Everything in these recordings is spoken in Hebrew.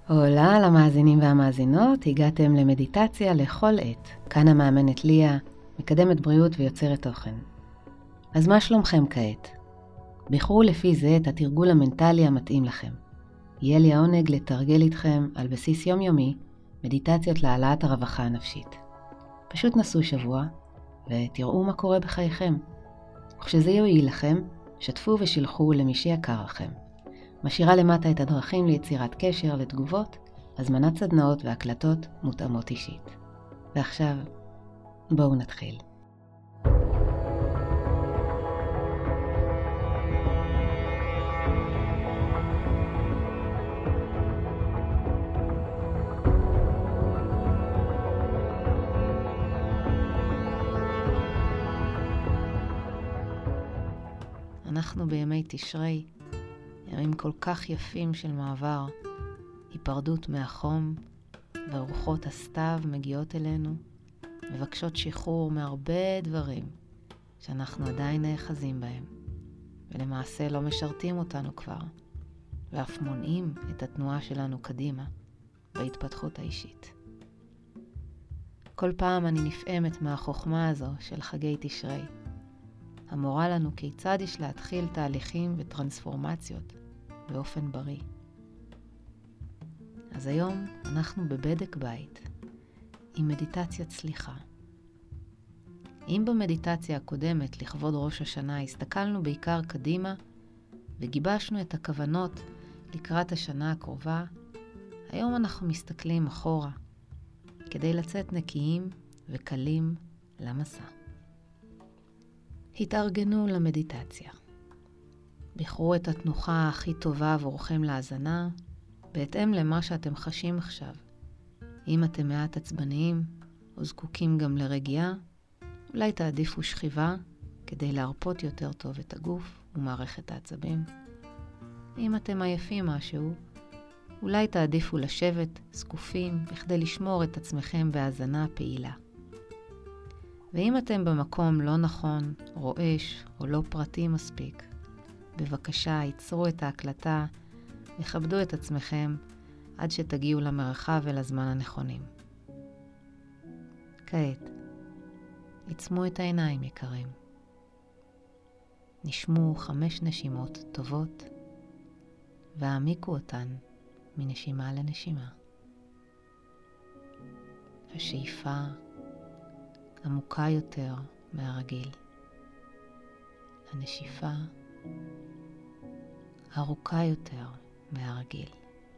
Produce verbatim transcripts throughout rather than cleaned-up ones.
הולה למאזינים והמאזינות, הגעתם למדיטציה לכל עת. כאן המאמנת ליה, מקדמת בריאות ויוצרת תוכן. אז מה שלומכם כעת? בחרו לפי זה את התרגול המנטלי המתאים לכם. יהיה לי העונג לתרגל איתכם על בסיס יומיומי מדיטציות להעלאת הרווחה הנפשית. פשוט נסו שבוע ותראו מה קורה בחייכם. וכשזה יועיל לכם, שתפו ושילחו למי שיקר לכם. משאירה למטה את הדרכים ליצירת קשר, לתגובות, הזמנת סדנאות והקלטות מותאמות אישית. ועכשיו, בואו נתחיל. אנחנו בימי תשרי, ימים כל כך יפים של מעבר, היפרדות מהחום, ורוחות הסתיו מגיעות אלינו, מבקשות שחרור מהרבה דברים שאנחנו עדיין נאחזים בהם, ולמעשה לא משרתים אותנו כבר, ואף מונעים את התנועה שלנו קדימה בהתפתחות האישית. כל פעם אני נפעמת מהחוכמה הזו של חגי תשרי, המורה לנו כיצד יש להתחיל תהליכים וטרנספורמציות באופן בריא. אז היום אנחנו בבדק בית עם מדיטציית סליחה. אם במדיטציה הקודמת לכבוד ראש השנה הסתכלנו בעיקר קדימה וגיבשנו את הכוונות לקראת השנה הקרובה, היום אנחנו מסתכלים אחורה כדי לצאת נקיים וקלים למסע. התארגנו למדיטציה. בחרו את התנוחה הכי טובה עבורכם להאזנה, בהתאם למה שאתם חשים עכשיו. אם אתם מעט עצבניים או זקוקים גם לרגיעה, אולי תעדיפו שכיבה כדי להרפות יותר טוב את הגוף ומערכת העצבים. אם אתם עייפים משהו, אולי תעדיפו לשבת זקופים בכדי לשמור את עצמכם בהאזנה פעילה. ואם אתם במקום לא נכון, רועש או לא פרטי מספיק, בבקשה ייצרו את ההקלטה, יכבדו את עצמכם עד שתגיעו למרחב ולזמן הנכונים. כעת, עצמו את העיניים יקרים. נשמו חמש נשימות טובות והעמיקו אותן מנשימה לנשימה. השאיפה עמוקה יותר מהרגיל. הנשיפה ארוכה יותר מהרגיל.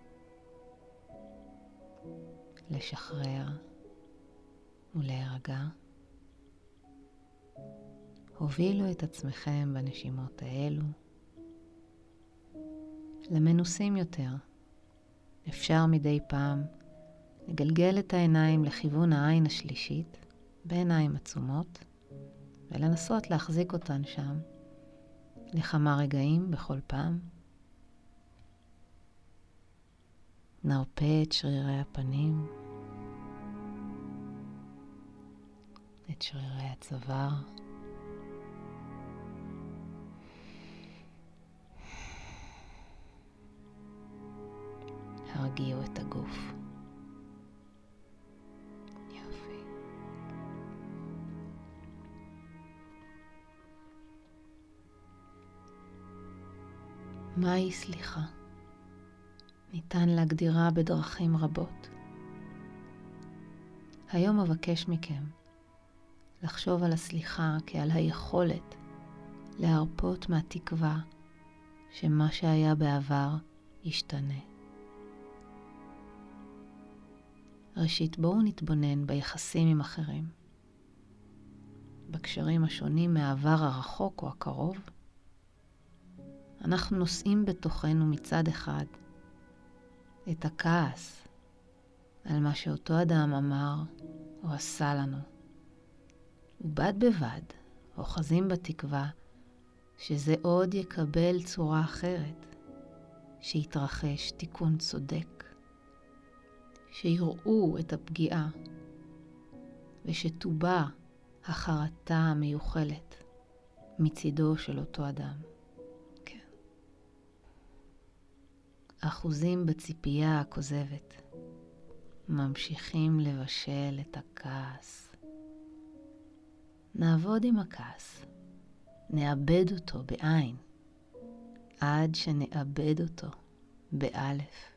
לשחרר ולהירגע. הובילו את עצמכם בנשימות האלו. למנוסים יותר, אפשר מדי פעם לגלגל את העיניים לכיוון העין השלישית, בעיניים עצומות, ולנסות להחזיק אותן שם לכמה רגעים בכל פעם. נרפה את שרירי הפנים, את שרירי הצוואר, הרגיעו את הגוף. יופי. מהי סליחה? ניתן להגדירה בדרכים רבות. היום אבקש מכם לחשוב על הסליחה כעל היכולת להרפות מהתקווה שמה שהיה בעבר ישתנה. ראשית, בואו נתבונן ביחסים עם אחרים, בקשרים השונים מהעבר הרחוק או הקרוב. אנחנו נושאים בתוכנו מצד אחד את הכעס על מה שאותו אדם אמר או עשה לנו, ובד בבד אוחזים בתקווה שזה עוד יקבל צורה אחרת, שיתרחש תיקון צודק, שיראו את הפגיעה ושתובע החרטה המיוחלת מצידו של אותו אדם. כן. אחוזים בציפייה הכוזבת. ממשיכים לבשל את הכעס. נעבוד עם הכעס. נאבד אותו בעין. עד שנאבד אותו באלף.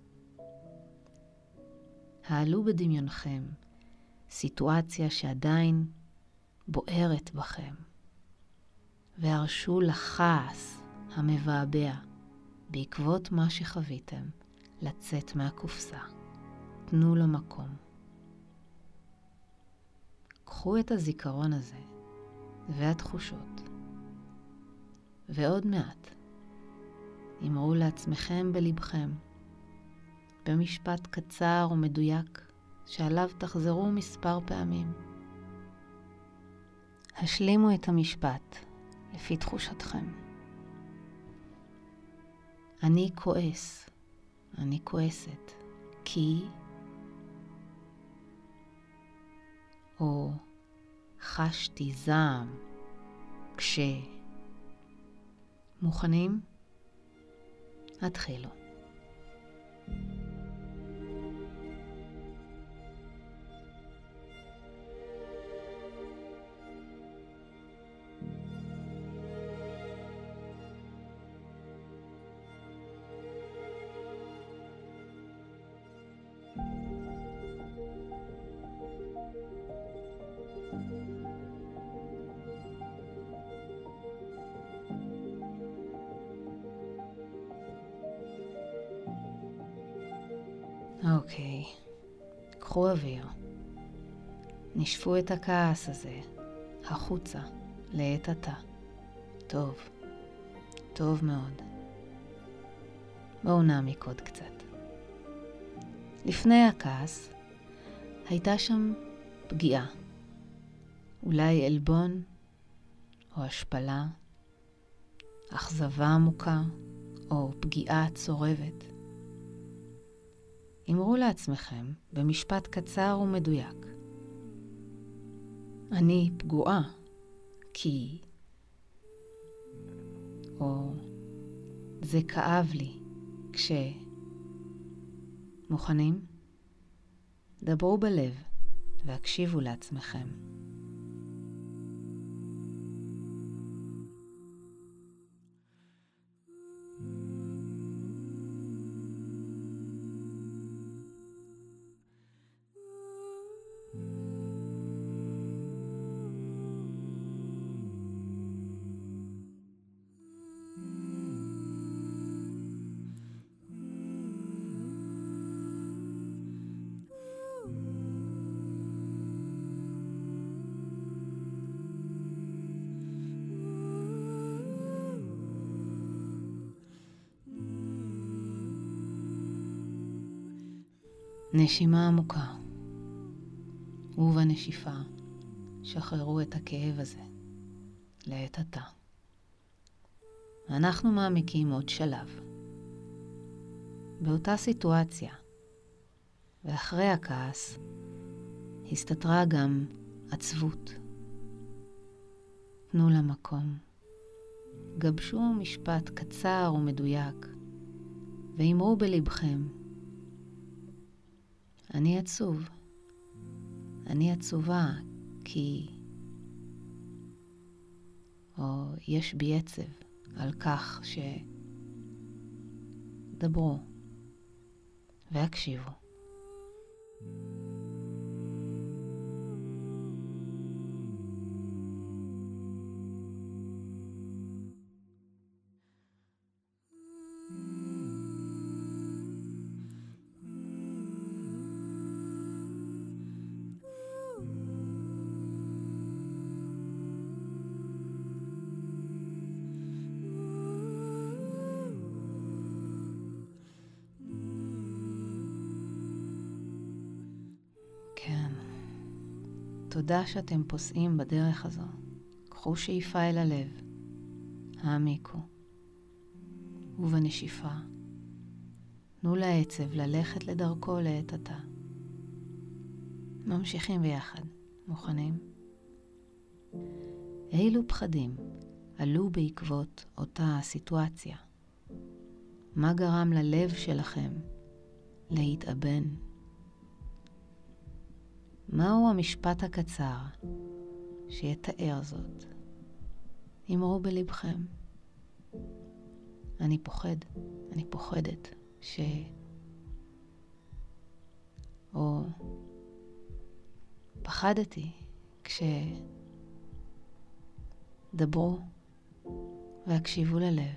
העלו בדמיונכם סיטואציה שעדיין בוערת בכם, והרשו לכעס המבעבע בעקבות מה שחוויתם לצאת מהקופסה. תנו לו מקום. קחו את הזיכרון הזה והתחושות, ועוד מעט אמרו לעצמכם בלבכם, במשפט קצר ומדויק שעליו תחזרו מספר פעמים. השלימו את המשפט לפי תחושתכם. אני כועס, אני כועסת, כי... או חשתי זעם, כש... מוכנים? התחילו. אוקיי, קחו אוויר. נשפו את הכעס הזה החוצה לעת עתה. טוב, טוב מאוד. בואו נעמיק עוד קצת. לפני הכעס הייתה שם פגיעה. אולי אלבון או השפלה, אכזבה עמוקה או פגיעה צורבת. אמרו לעצמכם במשפט קצר ומדויק. אני פגועה כי... או זה כאב לי כש... מוכנים? דברו בלב והקשיבו לעצמכם. נשימה עמוקה, ובנשיפה שחררו את הכאב הזה לעת עתה. אנחנו מעמיקים עוד שלב. באותה סיטואציה, ואחרי הכעס, הסתתרה גם עצבות. תנו לה מקום. גבשו משפט קצר ומדויק, ואמרו בלבכם, אני עצוב. אני עצובה כי... או יש בי עצב על כך ש... דברו והקשיבו. כן, תודה שאתם פוסעים בדרך הזו. קחו שאיפה אל הלב, העמיקו, ובנשיפה, תנו לעצב ללכת לדרכו לעת עתה. ממשיכים ביחד, מוכנים? אילו פחדים עלו בעקבות אותה סיטואציה? מה גרם ללב שלכם להתאבן? מהו המשפט הקצר שיתאר זאת? אמרו בלבכם. אני פוחד, אני פוחדת ש... או פחדתי כש... דברו והקשיבו ללב.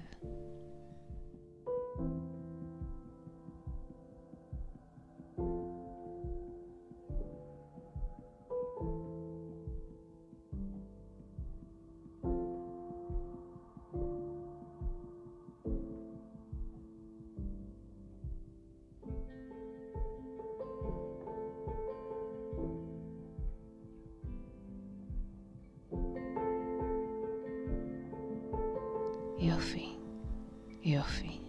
יופי, יופי.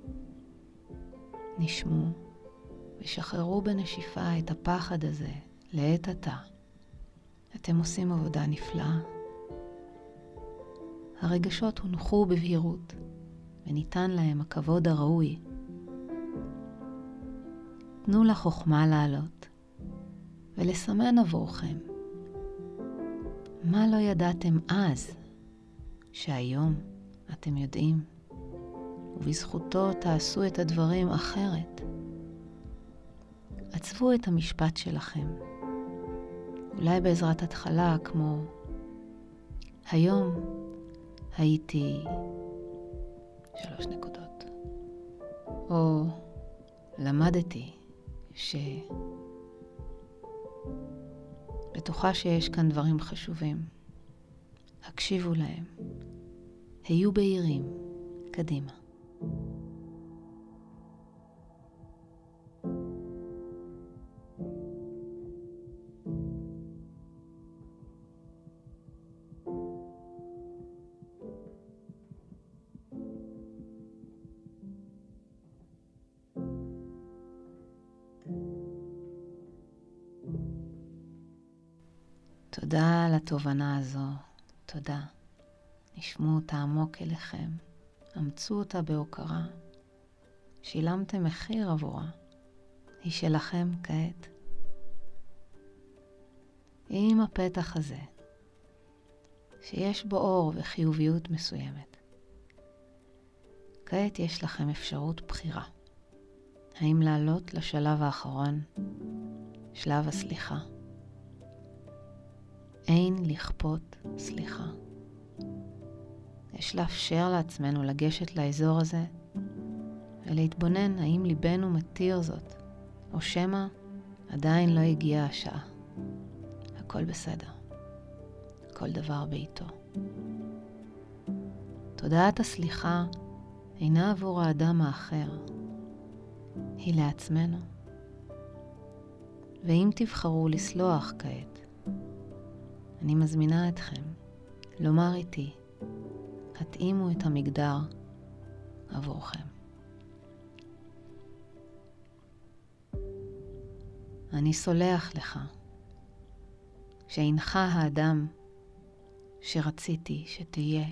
נשמו ושחררו בנשיפה את הפחד הזה לעת עתה. אתם עושים עבודה נפלאה. הרגשות הונחו בבהירות וניתן להם הכבוד הראוי. תנו לחוכמה לעלות ולסמן עבורכם. מה לא ידעתם אז שהיום אתם יודעים, ובזכותו תעשו את הדברים אחרת. עצבו את המשפט שלכם, אולי בעזרת התחלה כמו היום הייתי שלוש נקודות, או למדתי ש... בטוחה שיש כאן דברים חשובים. הקשיבו להם. היו בהירים. קדימה. תודה על התובנה הזו. תודה. נשמו אותה עמוק אליכם. אמצו אותה בהוקרה. שילמתם מחיר עבורה. היא שלכם כעת. עם הפתח הזה, שיש בו אור וחיוביות מסוימת. כעת יש לכם אפשרות בחירה. האם לעלות לשלב האחרון, שלב הסליחה? אין לכפות סליחה. יש לאפשר לעצמנו לגשת לאזור הזה ולהתבונן האם ליבנו מתיר זאת, או שמא עדיין לא הגיעה השעה. הכל בסדר. כל דבר בעיתו. תודעת הסליחה אינה עבור האדם האחר, היא לעצמנו. ואם תבחרו לסלוח כעת, אני מזמינה אתכם לומר איתי, התאימו את המגדר עבורכם. אני סולח לך שאינך האדם שרציתי שתהיה.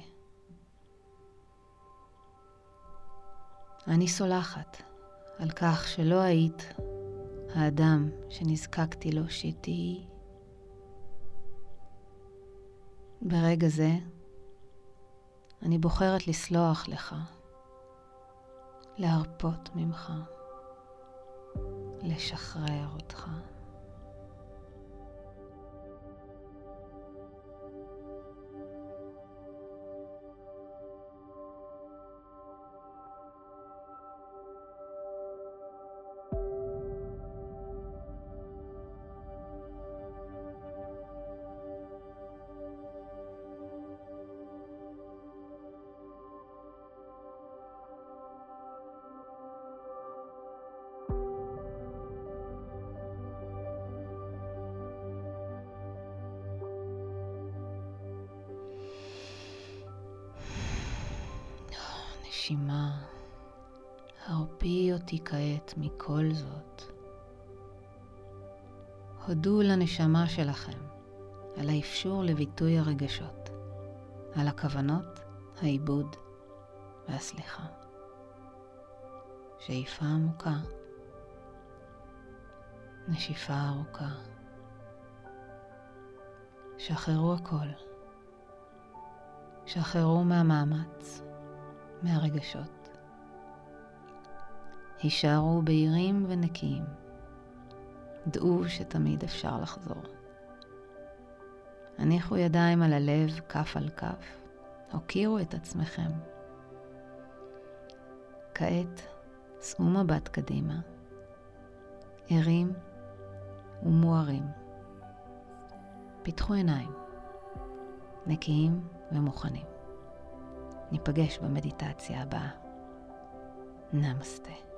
אני סולחת על כך שלא היית האדם שנזקקתי לו שתהיי. ברגע זה אני בוחרת לסלוח לך, להרפות ממך, לשחרר אותך. נשימה, הרפי אותי כעת מכל זאת. הודו לנשמה שלכם על האפשור לביטוי הרגשות, על הכוונות, העיבוד והסליחה. שאיפה עמוקה, נשיפה ארוכה. שחררו הכל. שחררו מהמאמץ, מהרגשות. הישארו בהירים ונקיים. דעו שתמיד אפשר לחזור. הניחו ידיים על הלב, כף על כף. הוקירו את עצמכם. כעת שאו מבט קדימה. ערים ומוארים. פיתחו עיניים. נקיים ומוכנים. ניפגש במדיטציה הבאה. נמסטה.